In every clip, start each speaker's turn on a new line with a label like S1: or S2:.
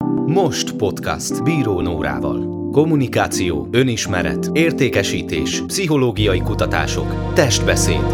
S1: Most podcast Bíró Nórával. Kommunikáció, önismeret, értékesítés, pszichológiai kutatások, testbeszéd.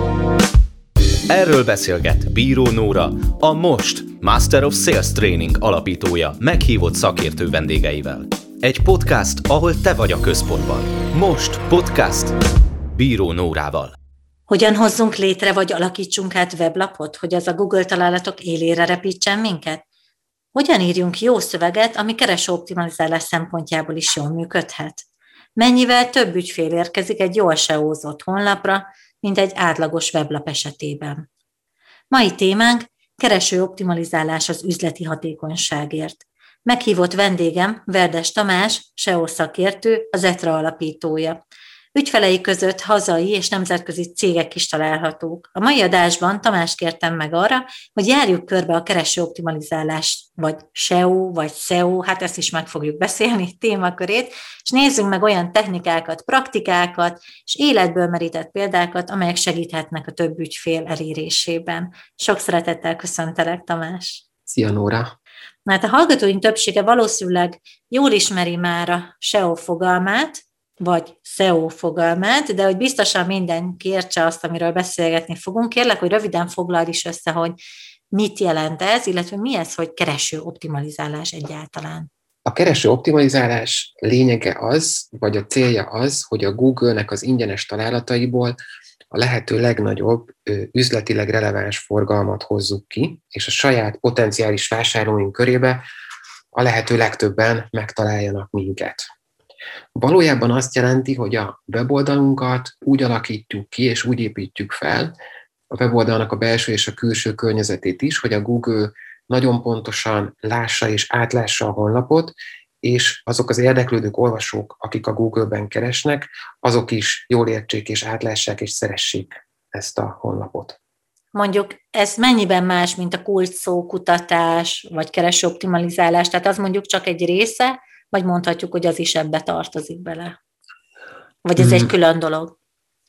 S1: Erről beszélget Bíró Nóra, a Most Master of Sales Training alapítója meghívott szakértő vendégeivel. Egy podcast, ahol te vagy a központban. Most podcast Bíró Nórával.
S2: Hogyan hozzunk létre vagy alakítsunk át weblapot, hogy az a Google találatok élére repítsen minket? Hogyan írjunk jó szöveget, ami keresőoptimalizálás szempontjából is jól működhet? Mennyivel több ügyfél érkezik egy jól SEO-zott honlapra, mint egy átlagos weblap esetében? Mai témánk keresőoptimalizálás az üzleti hatékonyságért. Meghívott vendégem Verdes Tamás, SEO szakértő, az ETRA alapítója. Ügyfelei között hazai és nemzetközi cégek is találhatók. A mai adásban Tamást kértem meg arra, hogy járjuk körbe a keresőoptimalizálás, vagy SEO, vagy SEO, hát ezt is meg fogjuk beszélni, témakörét, és nézzünk meg olyan technikákat, praktikákat, és életből merített példákat, amelyek segíthetnek a több ügyfél elérésében. Sok szeretettel köszöntelek, Tamás!
S3: Szia, Nóra!
S2: Hát a hallgatóink többsége valószínűleg jól ismeri már a SEO fogalmát, vagy SEO fogalmát, de hogy biztosan mindenki értse azt, amiről beszélgetni fogunk. Kérlek, hogy röviden foglald is össze, hogy mit jelent ez, illetve mi ez, hogy keresőoptimalizálás egyáltalán.
S3: A keresőoptimalizálás lényege az, vagy a célja az, hogy a Google-nek az ingyenes találataiból a lehető legnagyobb üzletileg releváns forgalmat hozzuk ki, és a saját potenciális vásárlóink körébe a lehető legtöbben megtaláljanak minket. Valójában azt jelenti, hogy a weboldalunkat úgy alakítjuk ki, és úgy építjük fel, a weboldalnak a belső és a külső környezetét is, hogy a Google nagyon pontosan lássa és átlássa a honlapot, és azok az érdeklődők, olvasók, akik a Google-ben keresnek, azok is jól értsék és átlássák és szeressék ezt a honlapot.
S2: Mondjuk ez mennyiben más, mint a kulcsszókutatás, vagy keresőoptimalizálás? Tehát az mondjuk csak egy része, vagy mondhatjuk, hogy az is ebbe tartozik bele? Vagy ez egy külön dolog?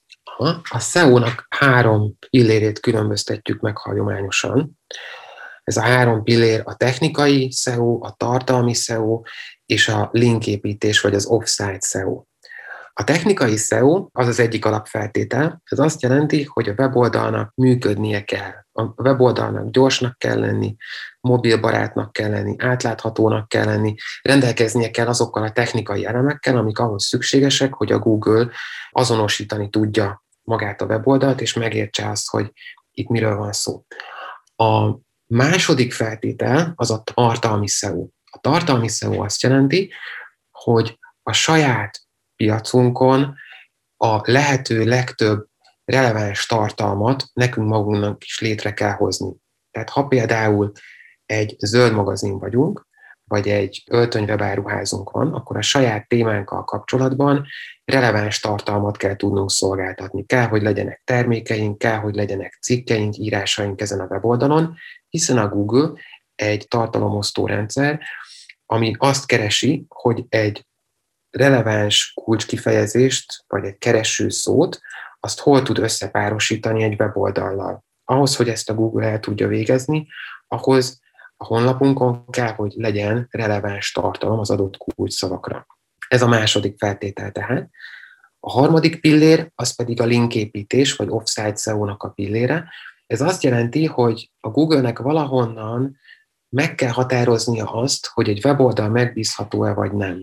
S3: A SEO-nak 3 pillérét különböztetjük meg hagyományosan. Ez a 3 pillér a technikai SEO, a tartalmi SEO és a linképítés, vagy az off-site SEO. A technikai SEO az az egyik alapfeltétel. Ez azt jelenti, hogy a weboldalnak működnie kell. A weboldalnak gyorsnak kell lenni, mobilbarátnak kell lenni, átláthatónak kell lenni, rendelkeznie kell azokkal a technikai elemekkel, amik ahhoz szükségesek, hogy a Google azonosítani tudja magát a weboldalt, és megértse azt, hogy itt miről van szó. A második feltétel az a tartalmi SEO. A tartalmi SEO azt jelenti, hogy a saját piacunkon a lehető legtöbb releváns tartalmat nekünk magunknak is létre kell hozni. Tehát ha például egy zöld magazin vagyunk, vagy egy öltöny-webáruházunk van, akkor a saját témánkkal kapcsolatban releváns tartalmat kell tudnunk szolgáltatni. Kell, hogy legyenek termékeink, kell, hogy legyenek cikkeink, írásaink ezen a weboldalon, hiszen a Google egy tartalomosztó rendszer, ami azt keresi, hogy egy releváns kulcskifejezést, vagy egy kereső szót, azt hol tud összepárosítani egy weboldallal. Ahhoz, hogy ezt a Google el tudja végezni, ahhoz a honlapunkon kell, hogy legyen releváns tartalom az adott kulcsszavakra. Ez a második feltétel tehát. A harmadik pillér, az pedig a linképítés, vagy off-site SEO-nak a pillére. Ez azt jelenti, hogy a Google-nek valahonnan meg kell határoznia azt, hogy egy weboldal megbízható-e vagy nem.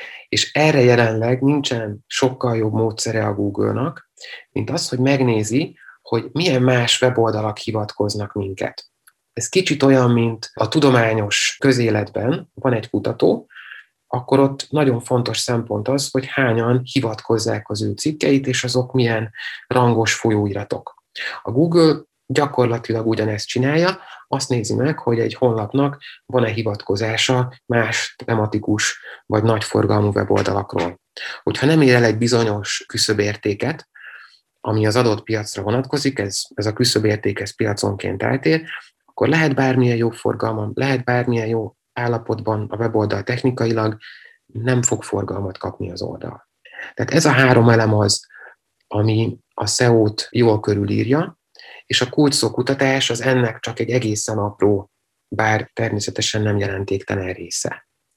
S3: És erre jelenleg nincsen sokkal jobb módszere a Google-nak, mint az, hogy megnézi, hogy milyen más weboldalak hivatkoznak minket. Ez kicsit olyan, mint a tudományos közéletben van egy kutató, akkor ott nagyon fontos szempont az, hogy hányan hivatkozzák az ő cikkeit, és azok milyen rangos folyóiratok. A Google gyakorlatilag ugyanezt csinálja, azt nézi meg, hogy egy honlapnak van-e hivatkozása más tematikus vagy nagyforgalmú weboldalakról. Hogyha nem ér el egy bizonyos küszöbértéket, ami az adott piacra vonatkozik, ez a küszöbérték, ez piaconként eltér, akkor lehet bármilyen jó forgalma, lehet bármilyen jó állapotban a weboldal technikailag, nem fog forgalmat kapni az oldal. Tehát ez a 3 elem az, ami a SEO-t jól körülírja, és a kulcsszókutatás az ennek csak egy egészen apró, bár természetesen nem jelentéktelen része.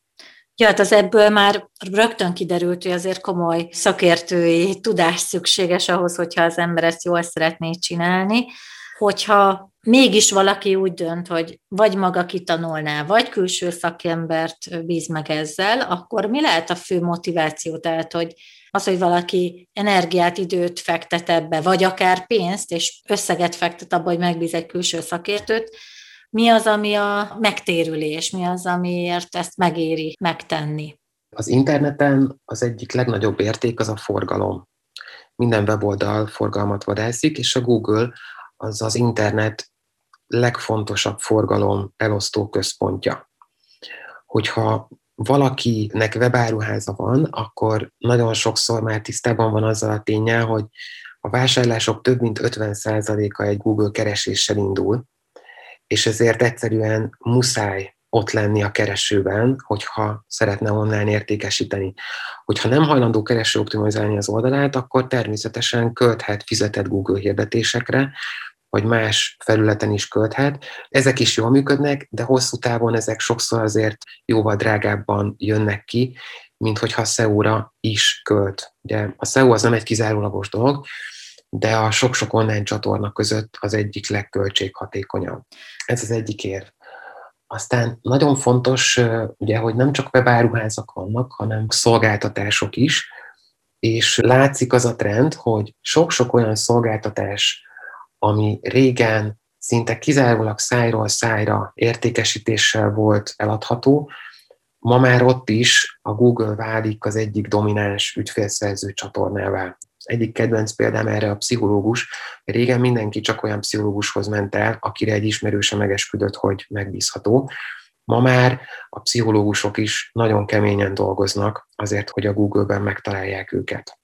S2: Ja, hát az ebből már rögtön kiderült, hogy azért komoly szakértői tudás szükséges ahhoz, hogyha az ember ezt jól szeretné csinálni. Hogyha mégis valaki úgy dönt, hogy vagy maga kitanulná, vagy külső szakembert bíz meg ezzel, akkor mi lehet a fő motiváció? Tehát, hogy az, hogy valaki energiát, időt fektet ebbe, vagy akár pénzt, és összeget fektet abba, hogy megbíz egy külső szakértőt, mi az, ami a megtérülés, mi az, amiért ezt megéri megtenni?
S3: Az interneten az egyik legnagyobb érték az a forgalom. Minden weboldal forgalmat vadászik, és a Google az az internet legfontosabb forgalom elosztó központja. Hogyha valakinek webáruháza van, akkor nagyon sokszor már tisztában van azzal a ténnyel, hogy a vásárlások több mint 50%-a egy Google kereséssel indul, és ezért egyszerűen muszáj ott lenni a keresőben, hogyha szeretne online értékesíteni. Hogyha nem hajlandó kereső optimalizálni az oldalát, akkor természetesen fizetett Google hirdetésekre, vagy más felületen is költhet. Ezek is jól működnek, de hosszú távon ezek sokszor azért jóval drágábban jönnek ki, mint hogyha SEO-ra is költ. Ugye a SEO az nem egy kizárólagos dolog, de a sok-sok online csatorna között az egyik legköltséghatékonyabb. Ez az egyik érv. Aztán nagyon fontos, ugye, hogy nem csak webáruházak vannak, hanem szolgáltatások is, és látszik az a trend, hogy sok-sok olyan szolgáltatás, ami régen szinte kizárólag szájról szájra értékesítéssel volt eladható, ma már ott is a Google válik az egyik domináns ügyfélszerző csatornává. Az egyik kedvenc példám erre a pszichológus. Régen mindenki csak olyan pszichológushoz ment el, akire egy ismerőse megesküdött, hogy megbízható. Ma már a pszichológusok is nagyon keményen dolgoznak azért, hogy a Google-ben megtalálják őket.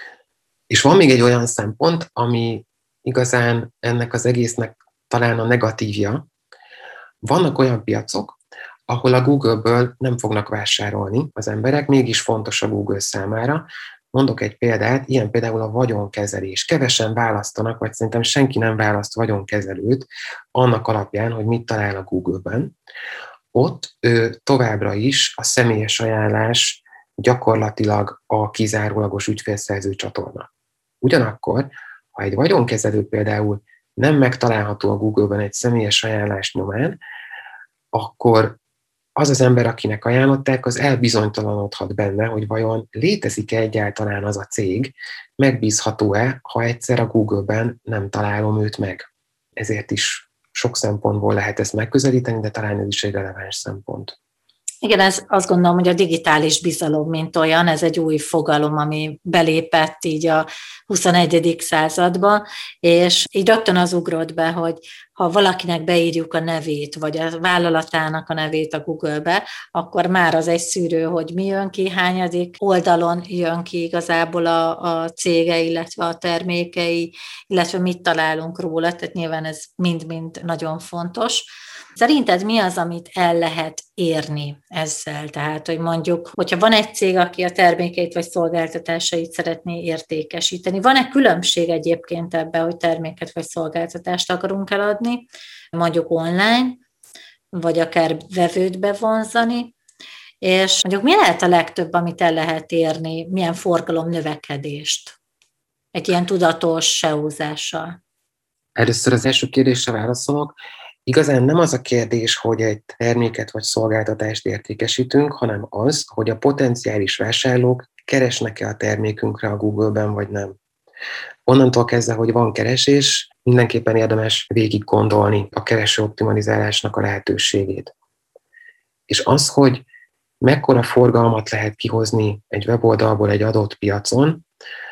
S3: És van még egy olyan szempont, ami igazán ennek az egésznek talán a negatívja. Vannak olyan piacok, ahol a Google-ből nem fognak vásárolni az emberek, mégis fontos a Google számára. Mondok egy példát, ilyen például a vagyonkezelés. Kevesen választanak, vagy szerintem senki nem választ vagyonkezelőt annak alapján, hogy mit talál a Google-ben. Ott továbbra is a személyes ajánlás gyakorlatilag a kizárólagos ügyfélszerző csatorna. Ugyanakkor, ha egy vagyonkezelő például nem megtalálható a Google-ben egy személyes ajánlás nyomán, akkor az az ember, akinek ajánlották, az elbizonytalanodhat benne, hogy vajon létezik-e egyáltalán az a cég, megbízható-e, ha egyszer a Google-ben nem találom őt meg. Ezért is sok szempontból lehet ezt megközelíteni, de talán ez is egy releváns szempont.
S2: Igen, azt gondolom, hogy a digitális bizalom, mint olyan, ez egy új fogalom, ami belépett így a 21. századba, és így rögtön az ugrott be, hogy ha valakinek beírjuk a nevét, vagy a vállalatának a nevét a Google-be, akkor már az egy szűrő, hogy mi jön ki, hányadik oldalon jön ki igazából a cége, illetve a termékei, illetve mit találunk róla, tehát nyilván ez mind-mind nagyon fontos. Szerinted mi az, amit el lehet érni ezzel? Tehát, hogy mondjuk, hogyha van egy cég, aki a termékeit vagy szolgáltatásait szeretné értékesíteni, van-e különbség egyébként ebben, hogy terméket vagy szolgáltatást akarunk eladni, mondjuk online, vagy akár vevőt bevonzani, és mondjuk mi lehet a legtöbb, amit el lehet érni, milyen forgalom növekedést egy ilyen tudatos SEO-zással?
S3: Először az első kérdésre válaszolok. Igazán nem az a kérdés, hogy egy terméket vagy szolgáltatást értékesítünk, hanem az, hogy a potenciális vásárlók keresnek-e a termékünkre a Google-ben, vagy nem. Onnantól kezdve, hogy van keresés, mindenképpen érdemes végig gondolni a kereső optimalizálásnak a lehetőségét. És az, hogy mekkora forgalmat lehet kihozni egy weboldalból egy adott piacon,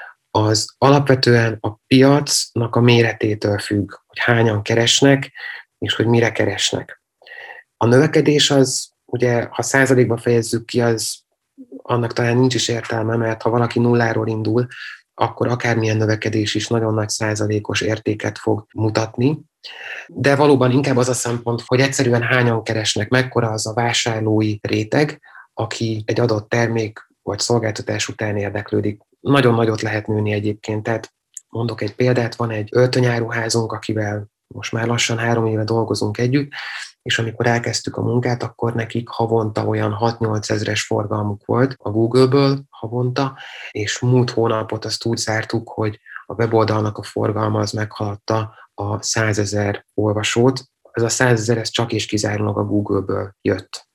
S3: az alapvetően a piacnak a méretétől függ, hogy hányan keresnek, és hogy mire keresnek. A növekedés az, ugye, ha százalékba fejezzük ki, az annak talán nincs is értelme, mert ha valaki nulláról indul, akkor akármilyen növekedés is nagyon nagy százalékos értéket fog mutatni. De valóban inkább az a szempont, hogy egyszerűen hányan keresnek, mekkora az a vásárlói réteg, aki egy adott termék vagy szolgáltatás után érdeklődik. Nagyon nagyot lehet nőni egyébként, tehát mondok egy példát, van egy öltönyáruházunk, akivel most már lassan 3 éve dolgozunk együtt, és amikor elkezdtük a munkát, akkor nekik havonta olyan 6-8 ezres forgalmuk volt a Google-ből havonta, és múlt hónapot azt úgy zártuk, hogy a weboldalnak a forgalma az meghaladta a 100 000 olvasót. Ez a 100 000, ez csak és kizárólag a Google-ből jött.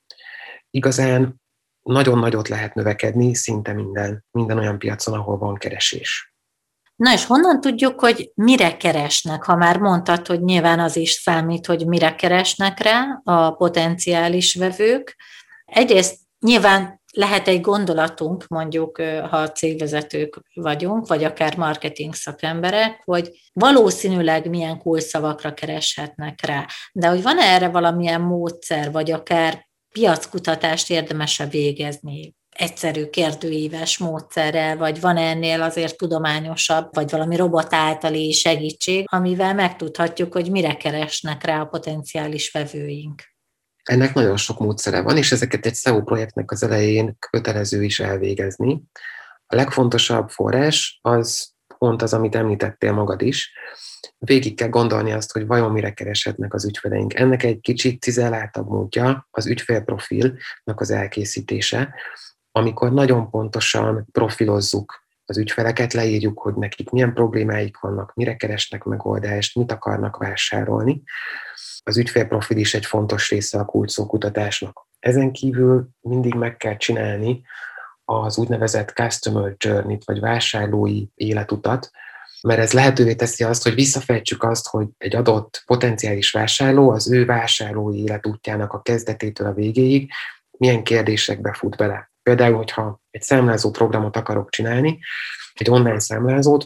S3: Igazán nagyon nagyot lehet növekedni szinte minden olyan piacon, ahol van keresés.
S2: Na és honnan tudjuk, hogy mire keresnek? Ha már mondtad, hogy nyilván az is számít, hogy mire keresnek rá a potenciális vevők. Egyrészt nyilván lehet egy gondolatunk, mondjuk ha cégvezetők vagyunk, vagy akár marketing szakemberek, hogy valószínűleg milyen kulcsszavakra kereshetnek rá. De hogy van erre valamilyen módszer, vagy akár piackutatást érdemes-e végezni? Egyszerű kérdőíves módszerrel, vagy van ennél azért tudományosabb, vagy valami robot általi segítség, amivel megtudhatjuk, hogy mire keresnek rá a potenciális vevőink.
S3: Ennek nagyon sok módszere van, és ezeket egy SEO projektnek az elején kötelező is elvégezni. A legfontosabb forrás az pont az, amit említettél magad is. Végig kell gondolni azt, hogy vajon mire kereshetnek az ügyfeleink. Ennek egy kicsit cizelláltabb módja az ügyfélprofilnak az elkészítése, amikor nagyon pontosan profilozzuk az ügyfeleket, leírjuk, hogy nekik milyen problémáik vannak, mire keresnek megoldást, mit akarnak vásárolni. Az ügyfélprofil is egy fontos része a kulcsszókutatásnak. Ezen kívül mindig meg kell csinálni az úgynevezett customer journey-t, vagy vásárlói életutat, mert ez lehetővé teszi azt, hogy visszafejtsük azt, hogy egy adott potenciális vásárló az ő vásárlói életútjának a kezdetétől a végéig milyen kérdésekbe fut bele. Például, hogyha egy számlázó programot akarok csinálni, egy online számlázót,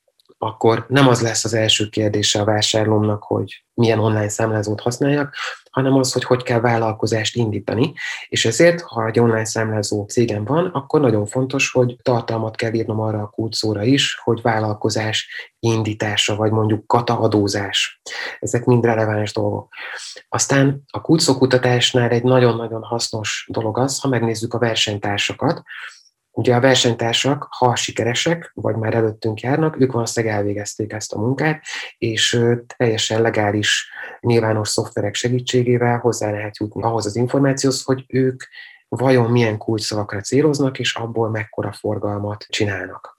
S3: akkor nem az lesz az első kérdése a vásárlómnak, hogy milyen online számlázót használjak, hanem az, hogy kell vállalkozást indítani. És ezért, ha egy online számlázó cégem van, akkor nagyon fontos, hogy tartalmat kell írnom arra a kulcsszóra is, hogy vállalkozás indítása, vagy mondjuk kataadózás. Ezek mind releváns dolgok. Aztán a kulcsszókutatásnál egy nagyon-nagyon hasznos dolog az, ha megnézzük a versenytársakat. Ugye a versenytársak, ha sikeresek, vagy már előttünk járnak, ők valószínűleg elvégezték ezt a munkát, és teljesen legális, nyilvános szoftverek segítségével hozzá lehet jutni ahhoz az információhoz, hogy ők vajon milyen kulcsszavakra céloznak, és abból mekkora forgalmat csinálnak.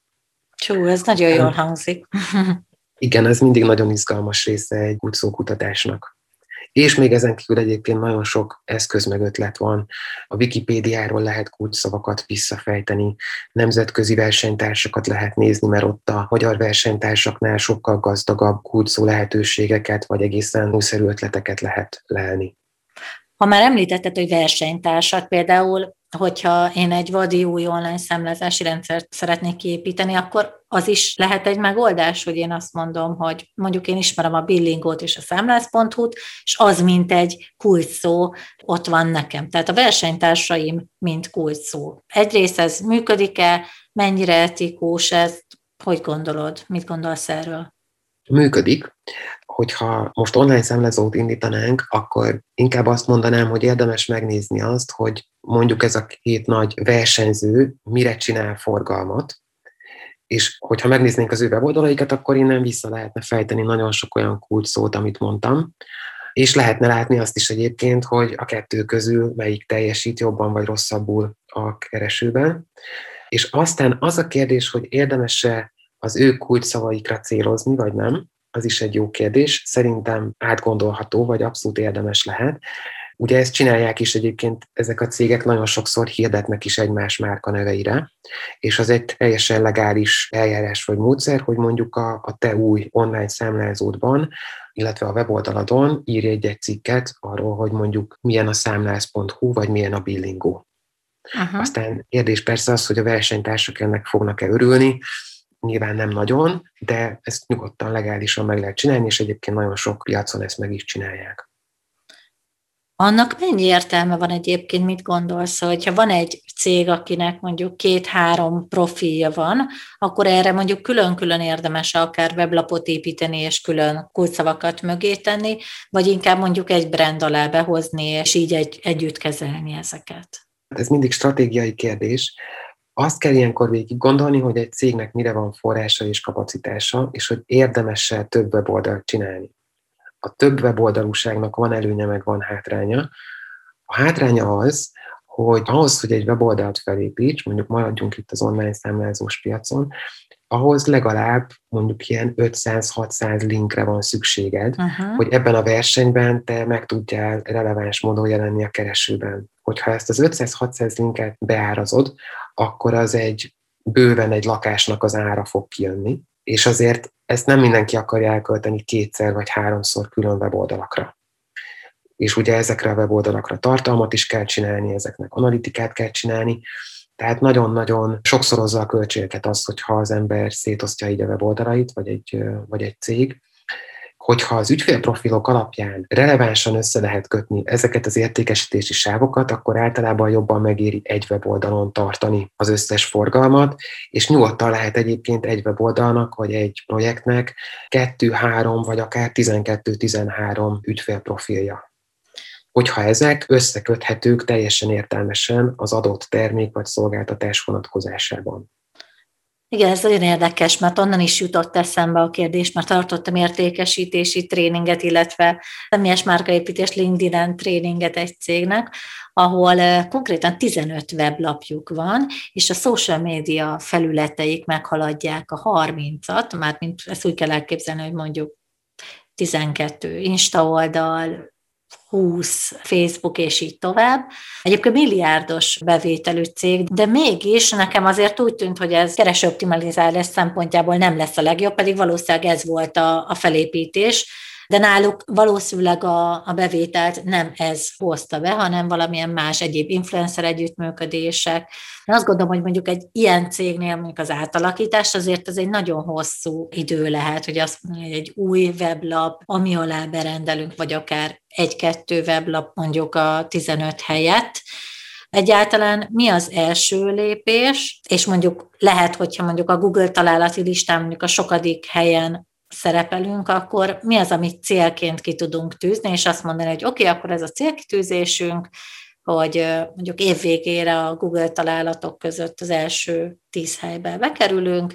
S2: Csú, ez nagyon jól hangzik.
S3: Igen, ez mindig nagyon izgalmas része egy kulcsszókutatásnak. És még ezen kívül egyébként nagyon sok eszköz meg ötlet van. A Wikipédiáról lehet kulcsszavakat visszafejteni, nemzetközi versenytársakat lehet nézni, mert ott a magyar versenytársaknál sokkal gazdagabb kulcsszó lehetőségeket, vagy egészen újszerű ötleteket lehet lelni.
S2: Ha már említetted, hogy versenytársak, például, hogyha én egy vadi új online számlázási rendszert szeretnék kiépíteni, akkor az is lehet egy megoldás, hogy én azt mondom, hogy mondjuk én ismerem a Billingót és a számlász.hu-t, és az, mint egy kulcsszó, ott van nekem. Tehát a versenytársaim, mint kulcsszó. Egyrészt ez működik-e, mennyire etikus, ezt hogy gondolod? Mit gondolsz erről?
S3: Működik. Hogyha most online számlázót indítanánk, akkor inkább azt mondanám, hogy érdemes megnézni azt, hogy mondjuk ez a két nagy versenyző mire csinál forgalmat, és hogyha megnéznénk az ő weboldalaikat, akkor innen vissza lehetne fejteni nagyon sok olyan kulcsszót, amit mondtam, és lehetne látni azt is egyébként, hogy a kettő közül melyik teljesít jobban vagy rosszabbul a keresőben. És aztán az a kérdés, hogy érdemes-e az ő kulcsszavaikra célozni, vagy nem, az is egy jó kérdés. Szerintem átgondolható, vagy abszolút érdemes lehet. Ugye ezt csinálják is egyébként, ezek a cégek nagyon sokszor hirdetnek is egymás márkaneveire, és az egy teljesen legális eljárás vagy módszer, hogy mondjuk a te új online számlázódban, illetve a weboldaladon írj egy cikket arról, hogy mondjuk milyen a számlász.hu, vagy milyen a Billingó. Uh-huh. Aztán kérdés persze az, hogy a versenytársak ennek fognak-e örülni. Nyilván nem nagyon, de ezt nyugodtan legálisan meg lehet csinálni, és egyébként nagyon sok piacon ezt meg is csinálják.
S2: Annak mennyi értelme van egyébként, mit gondolsz, hogyha van egy cég, akinek mondjuk 2-3 profilja van, akkor erre mondjuk külön-külön érdemes akár weblapot építeni, és külön kulcsszavakat mögé tenni, vagy inkább mondjuk egy brand alá behozni, és így együtt kezelni ezeket?
S3: Ez mindig stratégiai kérdés. Azt kell ilyenkor végig gondolni, hogy egy cégnek mire van forrása és kapacitása, és hogy érdemes-e több weboldalt csinálni. a több weboldalúságnak van előnye, meg van hátránya. A hátránya az, hogy ahhoz, hogy egy weboldalt felépíts, mondjuk maradjunk itt az online számlázós piacon, ahhoz legalább mondjuk ilyen 500-600 linkre van szükséged, hogy ebben a versenyben te meg tudjál releváns módon jelenni a keresőben. Hogyha ezt az 500-600 linket beárazod, akkor az bőven egy lakásnak az ára fog kijönni, és azért ezt nem mindenki akarja elkölteni 2-szer vagy 3-szor külön weboldalakra. És ugye ezekre a weboldalakra tartalmat is kell csinálni, ezeknek analitikát kell csinálni, tehát nagyon-nagyon sokszorozza a költségeket az, hogyha az ember szétosztja így a weboldalait, vagy egy cég. Hogyha az ügyfélprofilok alapján relevánsan össze lehet kötni ezeket az értékesítési sávokat, akkor általában jobban megéri egy weboldalon tartani az összes forgalmat, és nyugodtan lehet egyébként egy weboldalnak, vagy egy projektnek 2-3, vagy akár 12-13 ügyfélprofilja. Hogyha ezek összeköthetők teljesen értelmesen az adott termék vagy szolgáltatás vonatkozásában.
S2: Igen, ez nagyon érdekes, mert onnan is jutott eszembe a kérdés, mert tartottam értékesítési tréninget, illetve személyes márkaépítés LinkedIn tréninget egy cégnek, ahol konkrétan 15 weblapjuk van, és a social media felületeik meghaladják a 30-at, mármint ezt úgy kell elképzelni, hogy mondjuk 12 Insta oldal, 20 Facebook, és így tovább. Egyébként milliárdos bevételű cég, de mégis nekem azért úgy tűnt, hogy ez keresőoptimalizálás szempontjából nem lesz a legjobb, pedig valószínűleg ez volt a felépítés, de náluk valószínűleg a bevételt nem ez hozta be, hanem valamilyen más egyéb influencer együttműködések. Én azt gondolom, hogy mondjuk egy ilyen cégnél mondjuk az átalakítás azért az egy nagyon hosszú idő lehet, hogy azt mondja, hogy egy új weblap, ami alá berendelünk, vagy akár 1-2 weblap mondjuk a 15 helyett. Egyáltalán mi az első lépés, és mondjuk lehet, hogyha mondjuk a Google találati listán mondjuk a sokadik helyen szerepelünk, akkor mi az, amit célként ki tudunk tűzni, és azt mondani, hogy oké, akkor ez a célkitűzésünk, hogy mondjuk év végére a Google találatok között az első 10 helybe bekerülünk,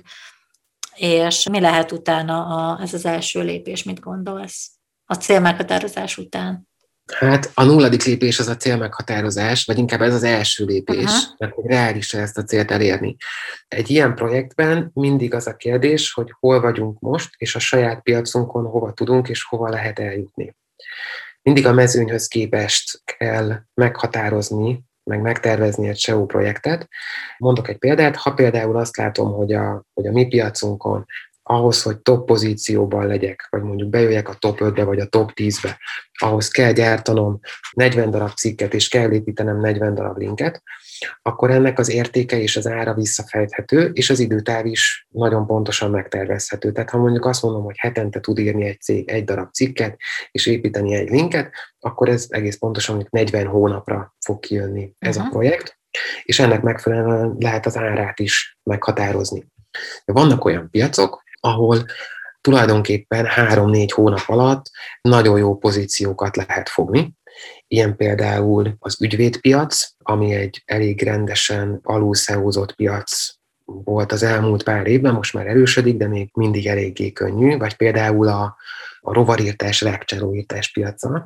S2: és mi lehet utána ez az első lépés, mit gondolsz a célmeghatározás után?
S3: Hát a 0. lépés az a célmeghatározás, vagy inkább ez az első lépés, mert reális ezt a célt elérni. Egy ilyen projektben mindig az a kérdés, hogy hol vagyunk most, és a saját piacunkon hova tudunk, és hova lehet eljutni. Mindig a mezőnyhöz képest kell meghatározni, meg megtervezni egy SEO projektet. Mondok egy példát, ha például azt látom, hogy a mi piacunkon ahhoz, hogy top pozícióban legyek, vagy mondjuk bejöjjek a top 5-be, vagy a top 10-be, ahhoz kell gyártanom 40 darab cikket, és kell építenem 40 darab linket, akkor ennek az értéke és az ára visszafejthető, és az időtáv is nagyon pontosan megtervezhető. Tehát ha mondjuk azt mondom, hogy hetente tud írni egy cég 1 darab cikket, és építeni egy linket, akkor ez egész pontosan 40 hónapra fog kijönni ez a projekt, és ennek megfelelően lehet az árát is meghatározni. De vannak olyan piacok, ahol tulajdonképpen 3-4 hónap alatt nagyon jó pozíciókat lehet fogni. Ilyen például az ügyvédpiac, ami egy elég rendesen alulszeózott piac volt az elmúlt pár évben, most már erősödik, de még mindig eléggé könnyű, vagy például a rovarírtás, rákcsálóírtás piaca,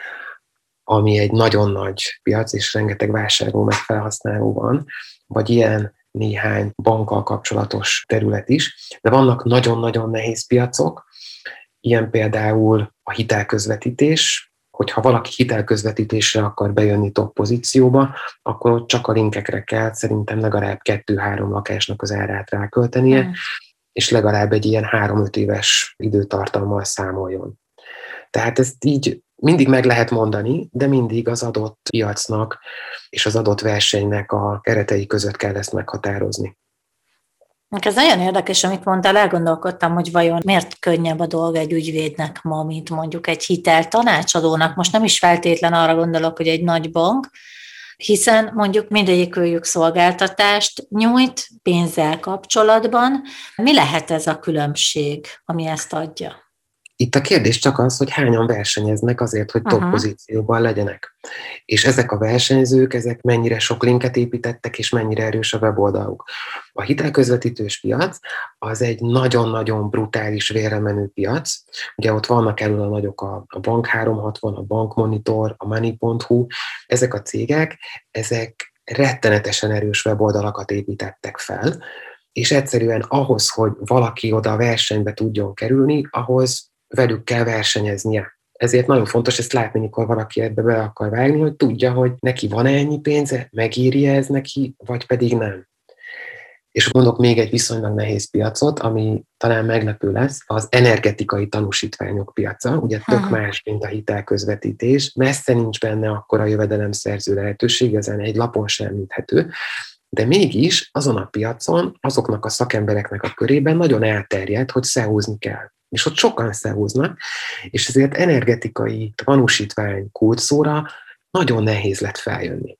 S3: ami egy nagyon nagy piac, és rengeteg vásárló meg felhasználó van, vagy ilyen néhány bankkal kapcsolatos terület is, de vannak nagyon-nagyon nehéz piacok, ilyen például a hitelközvetítés, hogyha valaki hitelközvetítésre akar bejönni top pozícióba, akkor ott csak a linkekre kell szerintem legalább 2-3 lakásnak az árát ráköltenie, és legalább egy ilyen 3-5 éves időtartammal számoljon. Tehát ezt így mindig meg lehet mondani, de mindig az adott piacnak és az adott versenynek a keretei között kell ezt meghatározni.
S2: Ez nagyon érdekes, amit mondtál, elgondolkodtam, hogy vajon miért könnyebb a dolga egy ügyvédnek ma, mint mondjuk egy hiteltanácsadónak. Most nem is feltétlen arra gondolok, hogy egy nagy bank, hiszen mondjuk mindegyikőjük szolgáltatást nyújt pénzzel kapcsolatban. Mi lehet ez a különbség, ami ezt adja?
S3: Itt a kérdés csak az, hogy hányan versenyeznek azért, hogy top pozícióban legyenek. És ezek a versenyzők, ezek mennyire sok linket építettek, és mennyire erős a weboldaluk. A hitelközvetítős piac az egy nagyon-nagyon brutális, vérre menő piac. Ugye ott vannak elől a nagyok, a Bank360, a Bankmonitor, a Money.hu. Ezek a cégek, ezek rettenetesen erős weboldalakat építettek fel, és egyszerűen ahhoz, hogy valaki oda a versenybe tudjon kerülni, ahhoz velük kell versenyeznie. Ezért nagyon fontos ezt látni, mikor valaki ebbe bele akar vágni, hogy tudja, hogy neki van-e ennyi pénze, megéri ez neki, vagy pedig nem. És mondok még egy viszonylag nehéz piacot, ami talán meglepő lesz, az energetikai tanúsítványok piaca, ugye tök más, mint a hitelközvetítés, messze nincs benne akkora jövedelemszerző lehetőség, ezen egy lapon sem említhető, de mégis azon a piacon, azoknak a szakembereknek a körében nagyon elterjedt, hogy SEO-zni kell. És ott sokan SEO-znak, és ezért energetikai tanúsítvány kulcsszóra nagyon nehéz lett feljönni.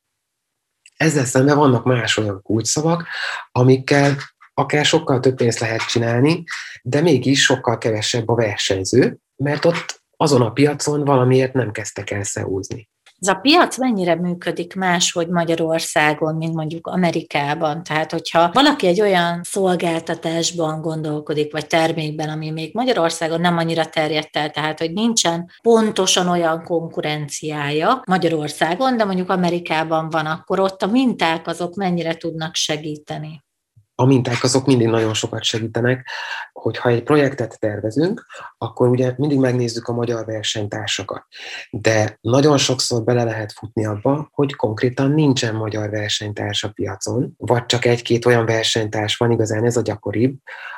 S3: Ezzel szemben vannak más olyan kulcsszavak, amikkel akár sokkal több pénzt lehet csinálni, de mégis sokkal kevesebb a versenyző, mert ott azon a piacon valamiért nem kezdtek el SEO-zni.
S2: Ez a piac mennyire működik máshogy Magyarországon, mint mondjuk Amerikában? Tehát, hogyha valaki egy olyan szolgáltatásban gondolkodik, vagy termékben, ami még Magyarországon nem annyira terjedt el, tehát, hogy nincsen pontosan olyan konkurenciája Magyarországon, de mondjuk Amerikában van, akkor ott a minták azok mennyire tudnak segíteni?
S3: A minták azok mindig nagyon sokat segítenek, hogyha egy projektet tervezünk, akkor ugye mindig megnézzük a magyar versenytársakat. De nagyon sokszor bele lehet futni abba, hogy konkrétan nincsen magyar versenytárs a piacon, vagy csak egy-két olyan versenytárs van, igazán ez a gyakoribb,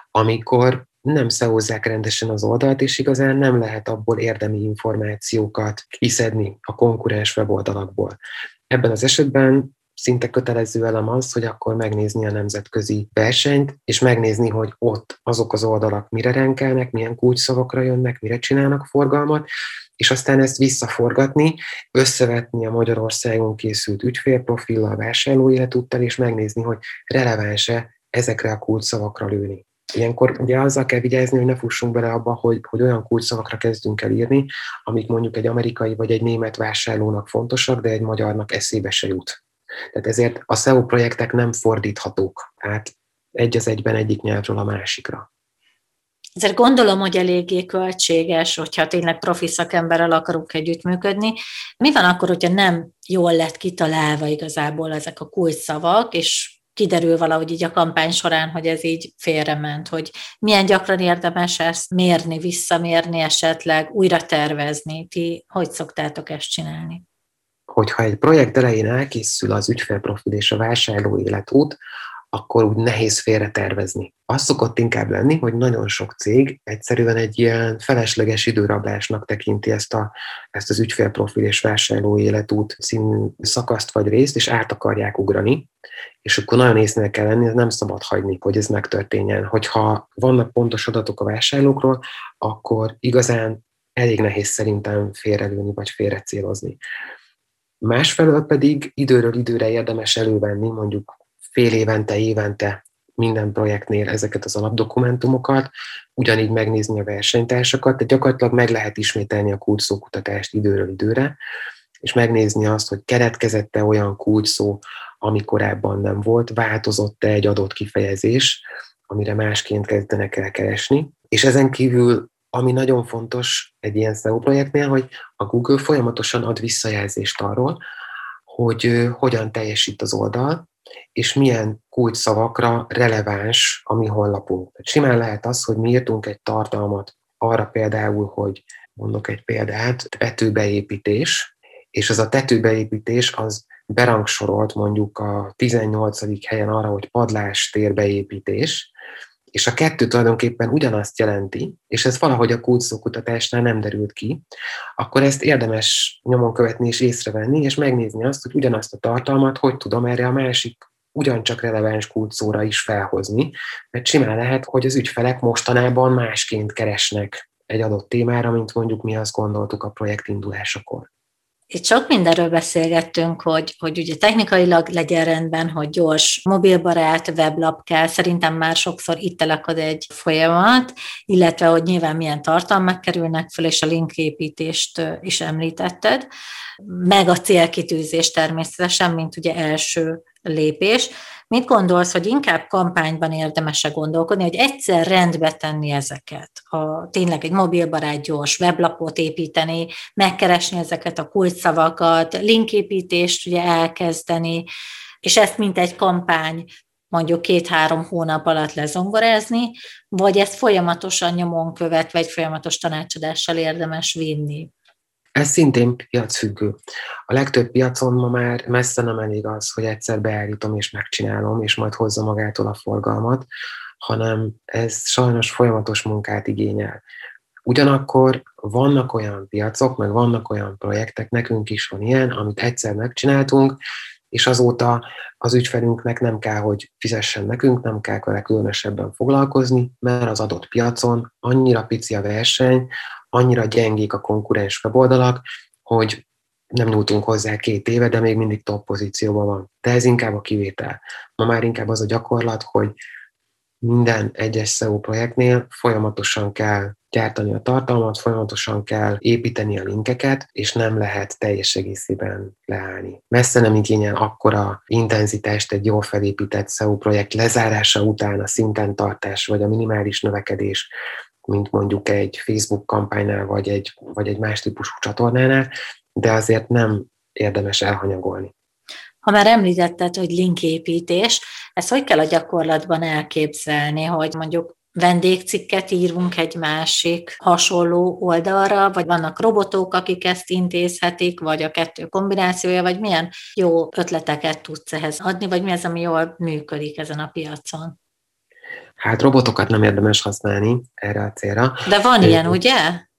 S3: amikor nem SEO-zzák rendesen az oldalt, és igazán nem lehet abból érdemi információkat kiszedni a konkurens weboldalakból. Ebben az esetben szinte kötelező elem az, hogy akkor megnézni a nemzetközi versenyt, és megnézni, hogy ott azok az oldalak mire renkelnek, milyen kulcsszavakra jönnek, mire csinálnak forgalmat, és aztán ezt visszaforgatni, összevetni a Magyarországon készült ügyfélprofillal, vásárlóéletúttal, és megnézni, hogy releváns-e ezekre a kulcsszavakra lőni. Ilyenkor ugye azzal kell vigyázni, hogy ne fussunk bele abba, hogy olyan kulcsszavakra kezdünk el írni, amik mondjuk egy amerikai vagy egy német vásárlónak fontosak, de egy magyarnak eszébe se jut. Tehát ezért a SEO projektek nem fordíthatók át egy az egyben egyik nyelvről a másikra.
S2: Ezért gondolom, hogy eléggé költséges, hogyha tényleg profi szakemberrel akarunk együttműködni. Mi van akkor, hogyha nem jól lett kitalálva igazából ezek a kulcsszavak, és kiderül valahogy így a kampány során, hogy ez így félrement, hogy milyen gyakran érdemes ezt mérni, visszamérni esetleg, újra tervezni. Ti hogy szoktátok ezt csinálni?
S3: Hogyha egy projekt elején elkészül az ügyfélprofil és a vásárló életút, akkor úgy nehéz félretervezni. Az szokott inkább lenni, hogy nagyon sok cég egyszerűen egy ilyen felesleges időrablásnak tekinti ezt az ügyfélprofil és vásárló életút című szakaszt vagy részt, és át akarják ugrani, és akkor nagyon észnél kell lenni, nem szabad hagyni, hogy ez megtörténjen. Hogyha vannak pontos adatok a vásárlókról, akkor igazán elég nehéz szerintem félrelőni vagy félrecélozni. Másfelől pedig időről időre érdemes elővenni, mondjuk fél évente, évente minden projektnél ezeket az alapdokumentumokat, ugyanígy megnézni a versenytársakat, de gyakorlatilag meg lehet ismételni a kulcsszókutatást időről időre, és megnézni azt, hogy keletkezett-e olyan kulcsszó, ami korábban nem volt, változott-e egy adott kifejezés, amire másként kezdenek el keresni. És ezen kívül, ami nagyon fontos egy ilyen SEO projektnél, hogy a Google folyamatosan ad visszajelzést arról, hogy hogyan teljesít az oldal, és milyen kulcsszavakra releváns a mi honlapunk. Simán lehet az, hogy mi írtunk egy tartalmat arra például, hogy mondok egy példát, tetőbeépítés, és az a tetőbeépítés az berangsorolt mondjuk a 18. helyen arra, hogy padlás térbeépítés, és a kettő tulajdonképpen ugyanazt jelenti, és ez valahogy a kulcsszókutatásnál nem derült ki, akkor ezt érdemes nyomon követni és észrevenni, és megnézni azt, hogy ugyanazt a tartalmat hogy tudom erre a másik ugyancsak releváns kulcsszóra is felhozni, mert simán lehet, hogy az ügyfelek mostanában másként keresnek egy adott témára, mint mondjuk mi azt gondoltuk a projekt indulásakor.
S2: Itt sok mindenről beszélgettünk, hogy ugye technikailag legyen rendben, hogy gyors, mobilbarát weblap kell. Szerintem már sokszor itt elakad egy folyamat, illetve hogy nyilván milyen tartalmak kerülnek föl, és a linképítést is említetted, meg a célkitűzés természetesen, mint ugye első lépés. Mit gondolsz, hogy inkább kampányban érdemes-e gondolkodni, hogy egyszer rendbe tenni ezeket? Tényleg egy mobilbarát gyors weblapot építeni, megkeresni ezeket a kulcsszavakat, linképítést ugye elkezdeni, és ezt mint egy kampány mondjuk 2-3 hónap alatt lezongorázni, vagy ezt folyamatosan nyomon követve, egy folyamatos tanácsadással érdemes vinni?
S3: Ez szintén piacfüggő. A legtöbb piacon ma már messze nem elég az, hogy egyszer beállítom és megcsinálom, és majd hozza magától a forgalmat, hanem ez sajnos folyamatos munkát igényel. Ugyanakkor vannak olyan piacok, meg vannak olyan projektek, nekünk is van ilyen, amit egyszer megcsináltunk, és azóta az ügyfelünknek nem kell, hogy fizessen nekünk, nem kell vele különösebben foglalkozni, mert az adott piacon annyira pici a verseny, annyira gyengék a konkurens weboldalak, hogy nem nyújtunk hozzá 2 éve, de még mindig top pozícióban van. De ez inkább a kivétel. Ma már inkább az a gyakorlat, hogy minden egyes SEO projektnél folyamatosan kell gyártani a tartalmat, folyamatosan kell építeni a linkeket, és nem lehet teljes egészében leállni. Messze nem igényel akkora intenzitást egy jól felépített SEO projekt lezárása után a szinten tartás, vagy a minimális növekedés, mint mondjuk egy Facebook kampánynál, vagy egy más típusú csatornánál, de azért nem érdemes elhanyagolni.
S2: Ha már említetted, hogy linképítés, ezt hogy kell a gyakorlatban elképzelni, hogy mondjuk vendégcikket írunk egy másik hasonló oldalra, vagy vannak robotok, akik ezt intézhetik, vagy a kettő kombinációja, vagy milyen jó ötleteket tudsz ehhez adni, vagy mi az, ami jól működik ezen a piacon?
S3: Hát robotokat nem érdemes használni erre a célra.
S2: De van ilyen, ugye?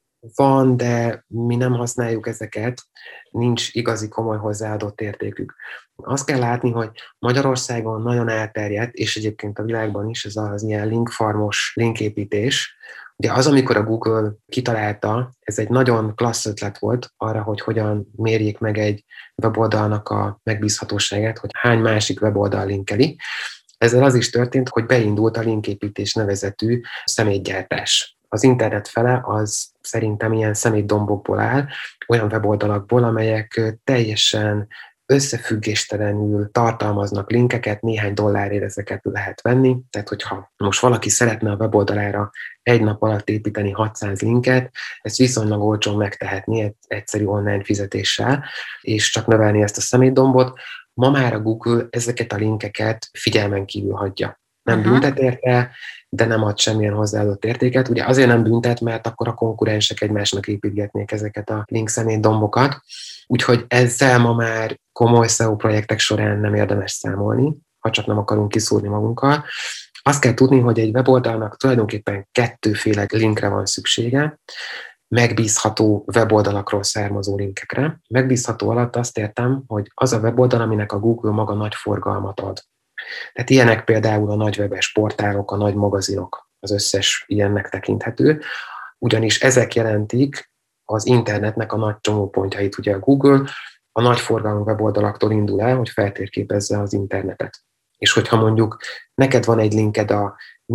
S3: Van, de mi nem használjuk ezeket, nincs igazi komoly hozzáadott értékük. Azt kell látni, hogy Magyarországon nagyon elterjedt, és egyébként a világban is ez az ilyen linkfarmos linképítés. Ugye az, amikor a Google kitalálta, ez egy nagyon klassz ötlet volt arra, hogy hogyan mérjék meg egy weboldalnak a megbízhatóságát, hogy hány másik weboldal linkeli. Ezzel az is történt, hogy beindult a linképítés nevezetű szemétgyártás. Az internet fele az szerintem ilyen szemétdombokból áll, olyan weboldalakból, amelyek teljesen összefüggéstelenül tartalmaznak linkeket, néhány dollárért ezeket lehet venni. Tehát, hogyha most valaki szeretne a weboldalára egy nap alatt építeni 600 linket, ezt viszonylag olcsón megtehetni egy egyszerű online fizetéssel, és csak növelni ezt a szemétdombot. Ma már a Google ezeket a linkeket figyelmen kívül hagyja. Nem büntet érte, de nem ad semmilyen hozzáadott értéket. Ugye azért nem büntet, mert akkor a konkurensek egymásnak építgetnék ezeket a link szemétdombokat. Úgyhogy ezzel ma már komoly SEO projektek során nem érdemes számolni, ha csak nem akarunk kiszúrni magunkkal. Azt kell tudni, hogy egy weboldalnak tulajdonképpen 2 linkre van szüksége, megbízható weboldalakról származó linkekre. Megbízható alatt azt értem, hogy az a weboldal, aminek a Google maga nagy forgalmat ad. Tehát ilyenek például a nagy webes portálok, a nagy magazinok, az összes ilyennek tekinthető, ugyanis ezek jelentik az internetnek a nagy csomópontjait. Ugye a Google a nagy forgalmú weboldalaktól indul el, hogy feltérképezze az internetet. És hogyha mondjuk neked van egy linked a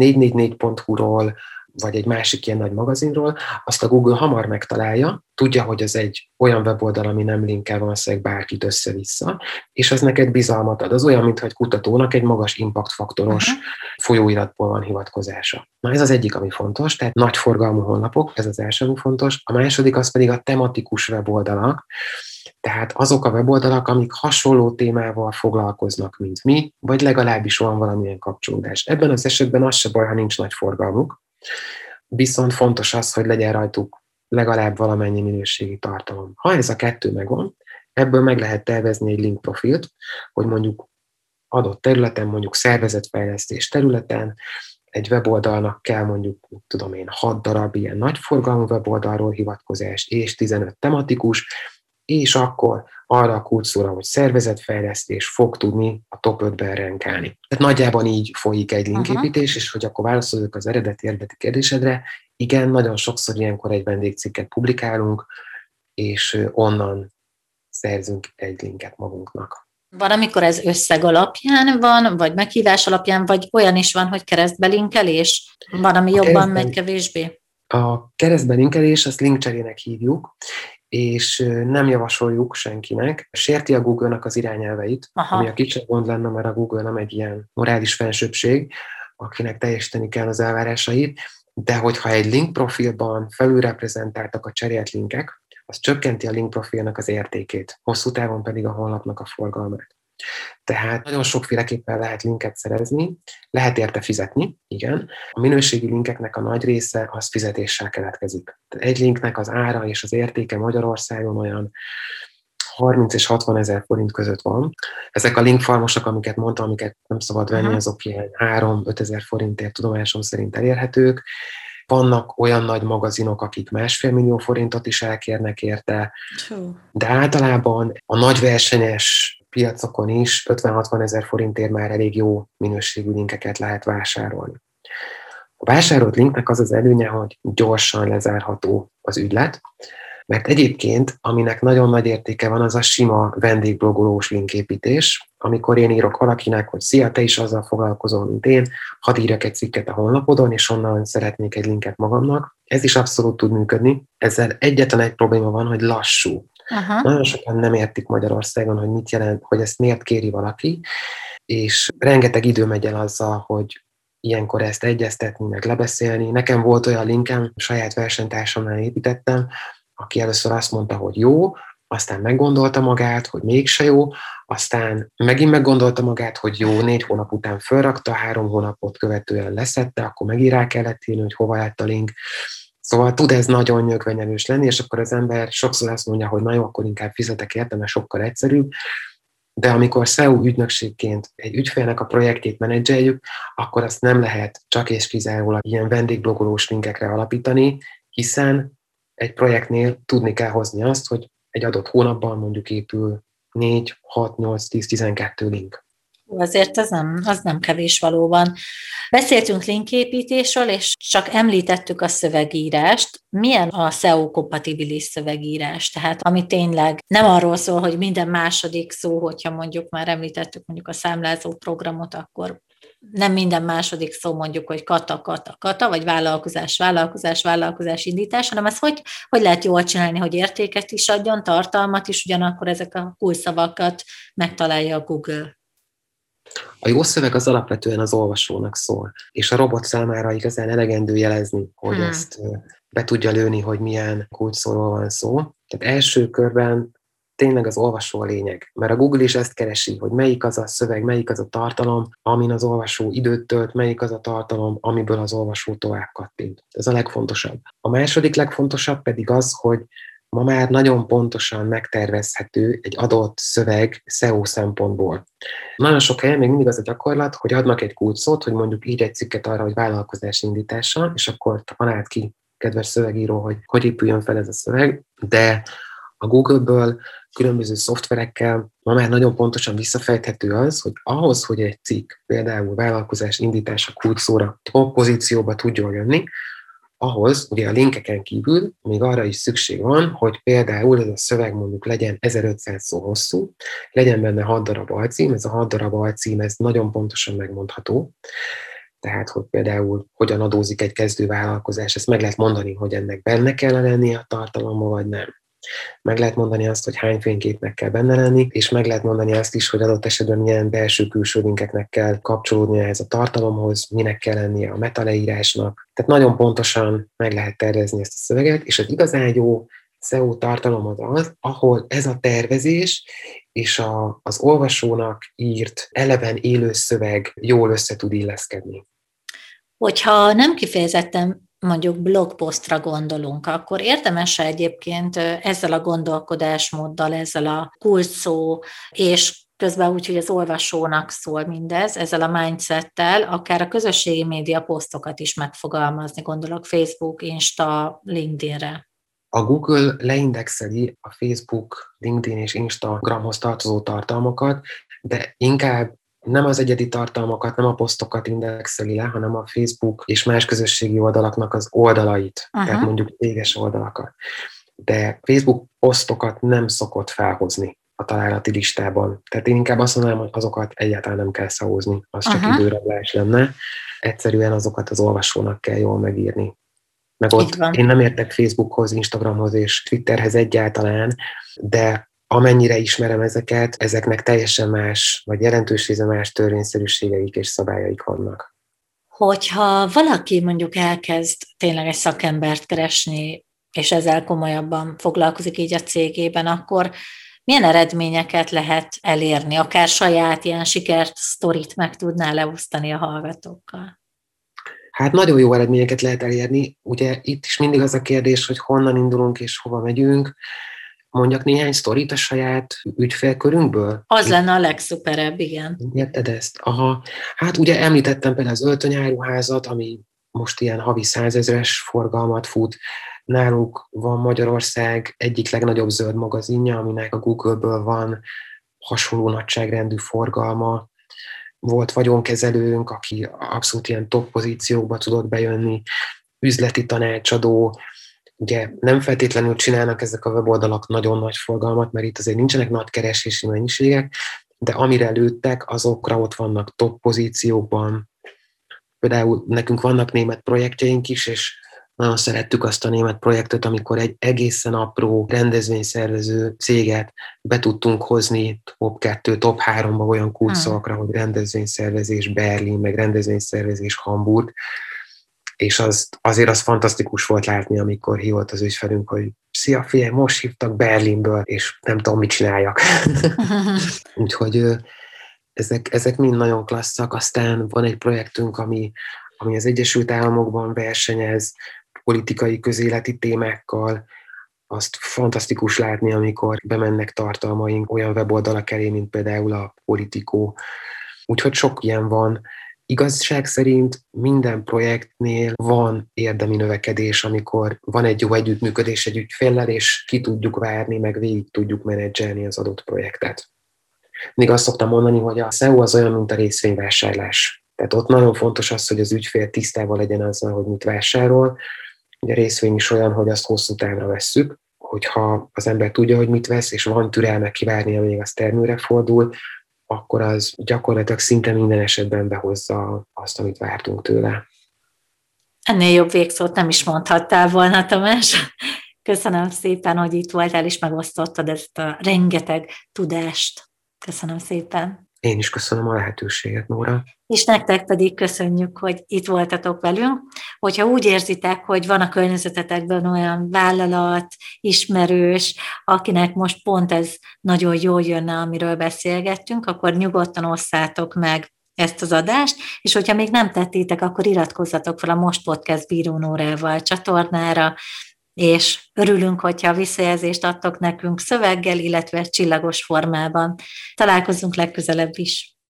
S3: 444.hu-ról, vagy egy másik ilyen nagy magazinról, azt a Google hamar megtalálja, tudja, hogy ez egy olyan weboldal, ami nem linkkel valószínűleg bárkit össze-vissza, és az neked bizalmat ad. Az olyan, mintha egy kutatónak egy magas impact faktoros folyóiratból van hivatkozása. Na ez az egyik, ami fontos, tehát nagy forgalmú honlapok, ez az első, ami fontos. A második az pedig a tematikus weboldalak, tehát azok a weboldalak, amik hasonló témával foglalkoznak, mint mi, vagy legalábbis van valamilyen kapcsolódás. Ebben az esetben az se baj, ha nincs nagy forgalmuk, viszont fontos az, hogy legyen rajtuk legalább valamennyi minőségi tartalom. Ha ez a 2 megvan, ebből meg lehet tervezni egy link profilt, hogy mondjuk adott területen, mondjuk szervezetfejlesztés területen egy weboldalnak kell mondjuk, 6 darab ilyen nagyforgalmú weboldalról hivatkozás és 15 tematikus, és akkor arra a kulcsszóra, hogy szervezetfejlesztés fog tudni a top 5-ben renkálni. Tehát nagyjából így folyik egy linképítés, és hogy akkor válaszoljuk az eredeti kérdésedre, igen, nagyon sokszor ilyenkor egy vendégcikket publikálunk, és onnan szerzünk egy linket magunknak.
S2: Van, amikor ez összeg alapján van, vagy meghívás alapján, vagy olyan is van, hogy keresztbelinkelés? Van, ami jobban megy, kevésbé?
S3: A keresztbelinkelés, azt linkcserének hívjuk, és nem javasoljuk senkinek. Sérti a Google-nak az irányelveit, ami a kisebb gond lenne, mert a Google nem egy ilyen morális fensőbbség, akinek teljesíteni kell az elvárásait, de hogyha egy link profilban felülreprezentáltak a cserélt linkek, az csökkenti a link profilnak az értékét, hosszú távon pedig a honlapnak a forgalmát. Tehát nagyon sokféleképpen lehet linket szerezni, lehet érte fizetni, igen. A minőségi linkeknek a nagy része az fizetéssel keletkezik. Egy linknek az ára és az értéke Magyarországon olyan 30 és 60 ezer forint között van. Ezek a linkfarmosok, amiket mondtam, amiket nem szabad venni, azok ilyen 3-5 ezer forintért tudomásom szerint elérhetők. Vannak olyan nagy magazinok, akik 1,5 millió forintot is elkérnek érte, de általában a nagy versenyes piacokon is 50-60 ezer forintért már elég jó minőségű linkeket lehet vásárolni. A vásárolt linknek az az előnye, hogy gyorsan lezárható az ügylet, mert egyébként, aminek nagyon nagy értéke van, az a sima vendégblogolós linképítés, amikor én írok valakinek, hogy szia, te is azzal foglalkozol, mint én, hadd írjak egy cikket a honlapodon, és onnan szeretnék egy linket magamnak. Ez is abszolút tud működni. Ezzel egyetlen egy probléma van, hogy lassú. Nagyon sokan nem értik Magyarországon, hogy mit jelent, hogy ezt miért kéri valaki, és rengeteg idő megy el azzal, hogy ilyenkor ezt egyeztetni, meg lebeszélni. Nekem volt olyan linkem, saját versenytársamnál építettem, aki először azt mondta, hogy jó, aztán meggondolta magát, hogy mégse jó, aztán megint meggondolta magát, hogy jó, 4 hónap után fölrakta, 3 hónapot követően leszette, akkor megint rá kellett írni, hogy hova lett a link. Szóval tud ez nagyon nyögvenyelős lenni, és akkor az ember sokszor azt mondja, hogy na jó, akkor inkább fizetek érte, mert sokkal egyszerűbb. De amikor SEO ügynökségként egy ügyfélnek a projektjét menedzseljük, akkor azt nem lehet csak és kizárólag ilyen vendégblogolós linkekre alapítani, hiszen egy projektnél tudni kell hozni azt, hogy egy adott hónapban mondjuk épül 4, 6, 8, 10, 12 link.
S2: Azért az nem kevés valóban. Beszéltünk linképítésről, és csak említettük a szövegírást. Milyen a SEO-kompatibilis szövegírás? Tehát ami tényleg nem arról szól, hogy minden második szó, hogyha mondjuk már említettük mondjuk a számlázó programot, akkor nem minden második szó mondjuk, hogy kata, vagy vállalkozás indítás, hanem ezt hogy lehet jól csinálni, hogy értéket is adjon, tartalmat is, ugyanakkor ezek a kulcsszavakat megtalálja a Google.
S3: A jó szöveg az alapvetően az olvasónak szól, és a robot számára igazán elegendő jelezni, hogy ezt be tudja lőni, hogy milyen kulcsszóról van szó. Tehát első körben tényleg az olvasó a lényeg, mert a Google is ezt keresi, hogy melyik az a szöveg, melyik az a tartalom, amin az olvasó időt tölt, melyik az a tartalom, amiből az olvasó tovább kattint. Ez a legfontosabb. A második legfontosabb pedig az, hogy ma már nagyon pontosan megtervezhető egy adott szöveg SEO szempontból. Nagyon sok helyen még mindig az a gyakorlat, hogy adnak egy kulcsszót, hogy mondjuk írj egy cikket arra, hogy vállalkozás indítása, és akkor találd ki, kedves szövegíró, hogy épüljön fel ez a szöveg, de a Google-ből különböző szoftverekkel ma már nagyon pontosan visszafejthető az, hogy ahhoz, hogy egy cikk például vállalkozás indítása kulcsszóra top pozícióba tudjon jönni, ahhoz ugye a linkeken kívül még arra is szükség van, hogy például ez a szöveg mondjuk legyen 1500 szó hosszú, legyen benne 6 darab alcím, ez a 6 darab alcím, ez nagyon pontosan megmondható. Tehát, hogy például hogyan adózik egy kezdővállalkozás, ezt meg lehet mondani, hogy ennek benne kell lennie a tartalomba, vagy nem. Meg lehet mondani azt, hogy hány fényképnek kell benne lenni, és meg lehet mondani azt is, hogy adott esetben milyen belső-külső linkeknek kell kapcsolódnia ehhez a tartalomhoz, minek kell lennie a metaleírásnak. Tehát nagyon pontosan meg lehet tervezni ezt a szöveget, és az igazán jó SEO tartalom az, ahol ez a tervezés és az olvasónak írt eleven élő szöveg jól össze tud illeszkedni.
S2: Hogyha nem kifejezetten mondjuk blogposztra gondolunk, akkor érdemes egyébként ezzel a gondolkodásmóddal, ezzel a kulcsszó, és közben úgy, hogy az olvasónak szól mindez, ezzel a mindsettel, akár a közösségi média posztokat is megfogalmazni, gondolok Facebook, Insta, LinkedInre.
S3: A Google leindexeli a Facebook, LinkedIn és Instagramhoz tartozó tartalmakat, de inkább nem az egyedi tartalmakat, nem a posztokat indexeli le, hanem a Facebook és más közösségi oldalaknak az oldalait, tehát mondjuk céges oldalakat. de Facebook posztokat nem szokott felhozni a találati listában. Tehát én inkább azt mondanám, hogy azokat egyáltalán nem kell szahózni, az csak időrablás lenne. Egyszerűen azokat az olvasónak kell jól megírni. Meg ott én nem értek Facebookhoz, Instagramhoz és Twitterhez egyáltalán, de amennyire ismerem ezeket, ezeknek teljesen más, vagy jelentős része más törvényszerűségeik és szabályaik vannak.
S2: Hogyha valaki mondjuk elkezd tényleg egy szakembert keresni, és ezzel komolyabban foglalkozik így a cégében, akkor milyen eredményeket lehet elérni? Akár saját ilyen sikert, sztorit meg tudnál leosztani a hallgatókkal?
S3: Hát nagyon jó eredményeket lehet elérni. Ugye itt is mindig az a kérdés, hogy honnan indulunk és hova megyünk. Mondjak néhány sztorit a saját ügyfélkörünkből?
S2: Az lenne a legszuperebb, igen.
S3: Érted ezt? Aha. Hát ugye említettem például az öltönyáruházat, ami most ilyen havi 100 000-es forgalmat fut. Nálunk van Magyarország egyik legnagyobb zöld magazinja, aminek a Google-ből van hasonló nagyságrendű forgalma. Volt vagyonkezelőnk, aki abszolút ilyen top pozíciókba tudott bejönni, üzleti tanácsadó. Ugye nem feltétlenül csinálnak ezek a weboldalak nagyon nagy forgalmat, mert itt azért nincsenek nagy keresési mennyiségek, de amire lőttek, azokra ott vannak top pozíciókban. Például nekünk vannak német projektjeink is, és nagyon szerettük azt a német projektet, amikor egy egészen apró rendezvényszervező céget be tudtunk hozni top 2, top 3-ba olyan kulcsszavakra, hogy rendezvényszervezés Berlin, meg rendezvényszervezés Hamburg, és azért az fantasztikus volt látni, amikor hívott az ügyfelünk, hogy szia, figyelj, most hívtak Berlinből, és nem tudom, mit csináljak. Úgyhogy ezek mind nagyon klasszak. Aztán van egy projektünk, ami az Egyesült Államokban versenyez, politikai, közéleti témákkal. Azt fantasztikus látni, amikor bemennek tartalmaink olyan weboldalak elé, mint például a Politico. Úgyhogy sok ilyen van. Igazság szerint minden projektnél van érdemi növekedés, amikor van egy jó együttműködés egy ügyféllel, és ki tudjuk várni, meg végig tudjuk menedzselni az adott projektet. Még azt szoktam mondani, hogy a SEO az olyan, mint a részvényvásárlás. Tehát ott nagyon fontos az, hogy az ügyfél tisztában legyen azzal, hogy mit vásárol. Ugye a részvény is olyan, hogy azt hosszú távra vesszük, hogyha az ember tudja, hogy mit vesz, és van türelme kivárni, amíg az termőre fordul, akkor az gyakorlatilag szinte minden esetben behozza azt, amit vártunk tőle.
S2: Ennél jobb végszót nem is mondhattál volna, Tamás. Köszönöm szépen, hogy itt voltál, és megosztottad ezt a rengeteg tudást. Köszönöm szépen.
S3: Én is köszönöm a lehetőséget, Nóra.
S2: És nektek pedig köszönjük, hogy itt voltatok velünk. Hogyha úgy érzitek, hogy van a környezetetekben olyan vállalat, ismerős, akinek most pont ez nagyon jól jönne, amiről beszélgettünk, akkor nyugodtan osszátok meg ezt az adást, és hogyha még nem tettétek, akkor iratkozzatok fel a Most Podcast Bíró Nórával csatornára, és örülünk, hogyha visszajelzést adtok nekünk szöveggel, illetve csillagos formában. Találkozzunk legközelebb is.